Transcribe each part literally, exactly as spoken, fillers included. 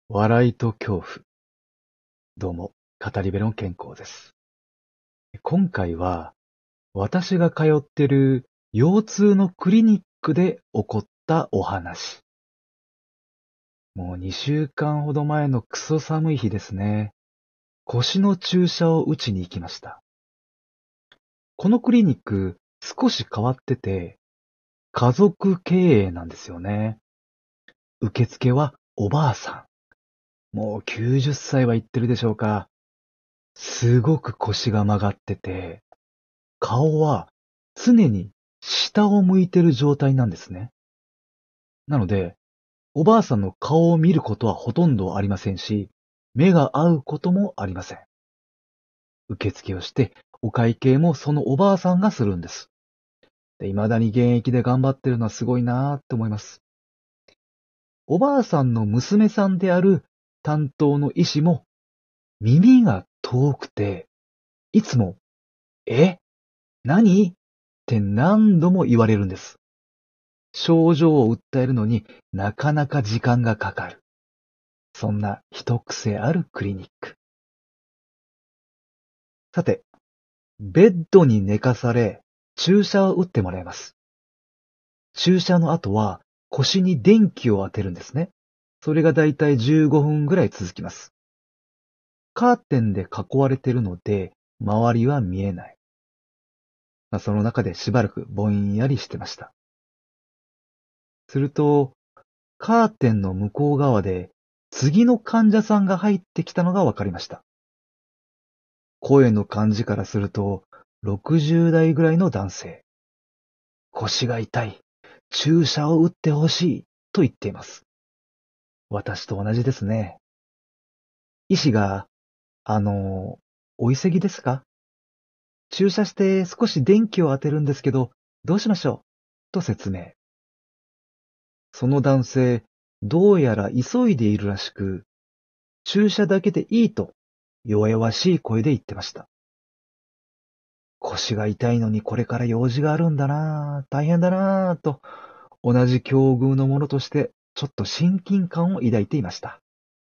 笑いと恐怖。どうも、語り部の健康です。今回は、私が通ってる腰痛のクリニックで起こったお話。もうにしゅうかんほど前のクソ寒い日ですね。腰の注射を打ちに行きました。このクリニック、少し変わってて、家族経営なんですよね。受付はおばあさん。もうきゅうじゅっさいは言ってるでしょうか。すごく腰が曲がってて、顔は常に下を向いてる状態なんですね。なので、おばあさんの顔を見ることはほとんどありませんし、目が合うこともありません。受付をして、お会計もそのおばあさんがするんです。で、未だに現役で頑張ってるのはすごいなーって思います。おばあさんの娘さんである担当の医師も耳が遠くて、いつも、え何って何度も言われるんです。症状を訴えるのになかなか時間がかかる。そんな一癖あるクリニック。さて、ベッドに寝かされ、注射を打ってもらいます。注射の後は腰に電気を当てるんですね。それがだいたいじゅうごふんぐらい続きます。カーテンで囲われているので、周りは見えない。まあ、その中でしばらくぼんやりしてました。すると、カーテンの向こう側で次の患者さんが入ってきたのが分かりました。声の感じからすると、ろくじゅうだいぐらいの男性。腰が痛い。注射を打ってほしい。と言っています。私と同じですね。医師が、あの、お急ぎですか？注射して少し電気を当てるんですけど、どうしましょう？と説明。その男性、どうやら急いでいるらしく、注射だけでいいと、弱々しい声で言ってました。腰が痛いのにこれから用事があるんだなぁ、大変だなぁと、同じ境遇の者としてちょっと親近感を抱いていました。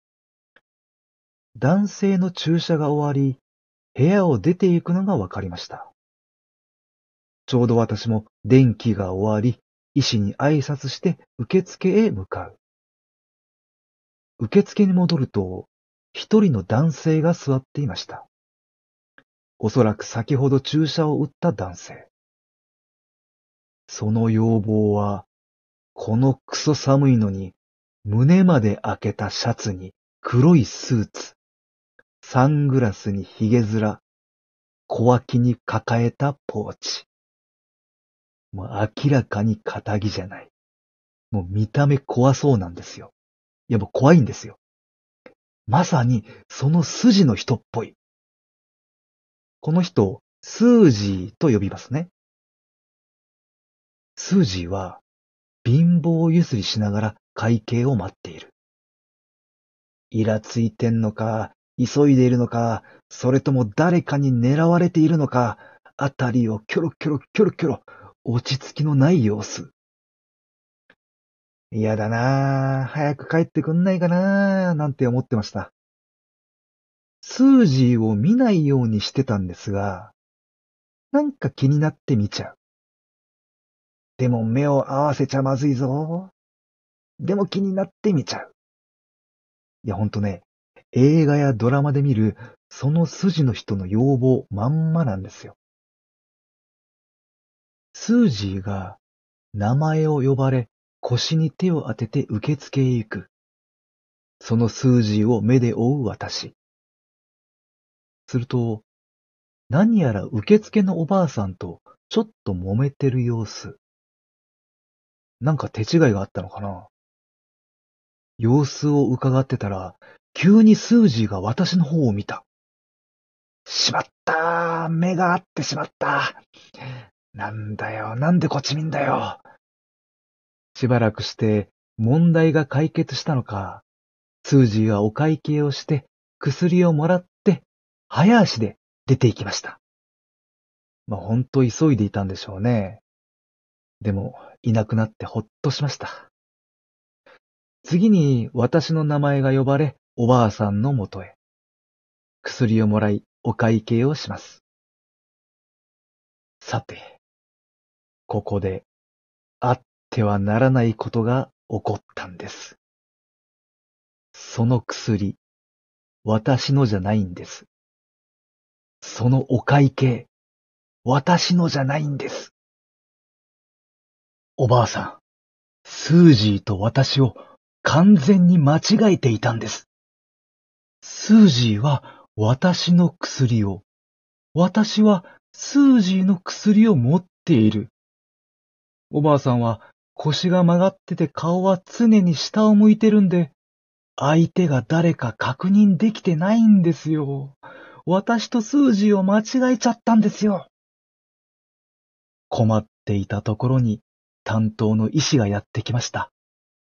男性の注射が終わり、部屋を出て行くのが分かりました。ちょうど私も電気が終わり、医師に挨拶して受付へ向かう。受付に戻ると、一人の男性が座っていました。おそらく先ほど注射を打った男性。その要望は、このクソ寒いのに、胸まで開けたシャツに黒いスーツ、サングラスにヒゲ面、小脇に抱えたポーチ。もう明らかに堅気じゃない。もう見た目怖そうなんですよ。いやもう怖いんですよ。まさにその筋の人っぽい。この人をスージーと呼びますね。スージーは貧乏ゆすりしながら会計を待っている。イラついてんのか、急いでいるのか、それとも誰かに狙われているのか、あたりをキョロキョロキョロキョロ、落ち着きのない様子。嫌だなぁ、早く帰ってくんないかなぁ、なんて思ってました。スージーを見ないようにしてたんですが、なんか気になって見ちゃう。でも目を合わせちゃまずいぞ。でも気になって見ちゃう。いやほんとね、映画やドラマで見るその筋の人の要望まんまなんですよ。スージーが名前を呼ばれ腰に手を当てて受付へ行く。そのスージーを目で追う私。すると、何やら受付のおばあさんとちょっと揉めてる様子。なんか手違いがあったのかな？様子を伺ってたら、急にスージーが私の方を見た。しまったー、目が合ってしまった。なんだよ、なんでこっち見んだよ。しばらくして問題が解決したのか、スージーはお会計をして薬をもらって早足で出て行きました。まあ、ほんと急いでいたんでしょうね。でも、いなくなってほっとしました。 次に私の名前が呼ばれ、おばあさんのもとへ。薬をもらい、お会計をします。さて、ここで、あってはならないことが起こったんです。その薬、私のじゃないんです。そのお会計、私のじゃないんです。おばあさん、スージーと私を完全に間違えていたんです。スージーは私の薬を、私はスージーの薬を持っている。おばあさんは腰が曲がってて顔は常に下を向いてるんで、相手が誰か確認できてないんですよ。私とスージーを間違えちゃったんですよ。困っていたところに担当の医師がやってきました。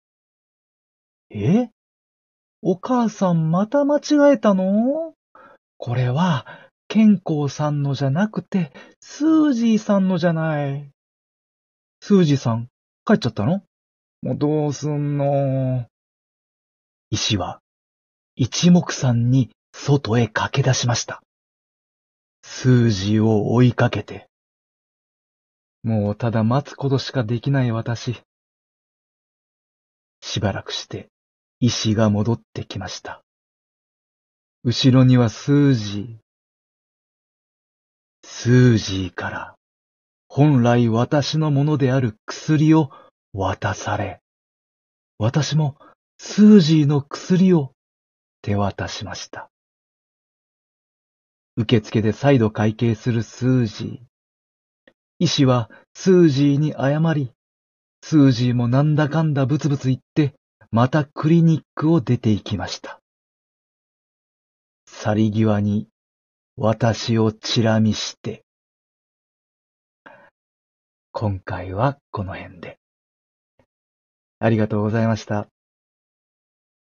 え？お母さんまた間違えたの？これは健康さんのじゃなくてスージーさんのじゃない。スージーさん帰っちゃったの？もうどうすんの？医師は一目散に外へ駆け出しました。スージーを追いかけて。もうただ待つことしかできない私。しばらくして、医師が戻ってきました。後ろにはスージー。スージーから、本来私のものである薬を渡され、私もスージーの薬を手渡しました。受付で再度会計するスージー。医師はスージーに謝り、スージーもなんだかんだブツブツ言って、またクリニックを出て行きました。去り際に私をチラ見して、今回はこの辺で。ありがとうございました。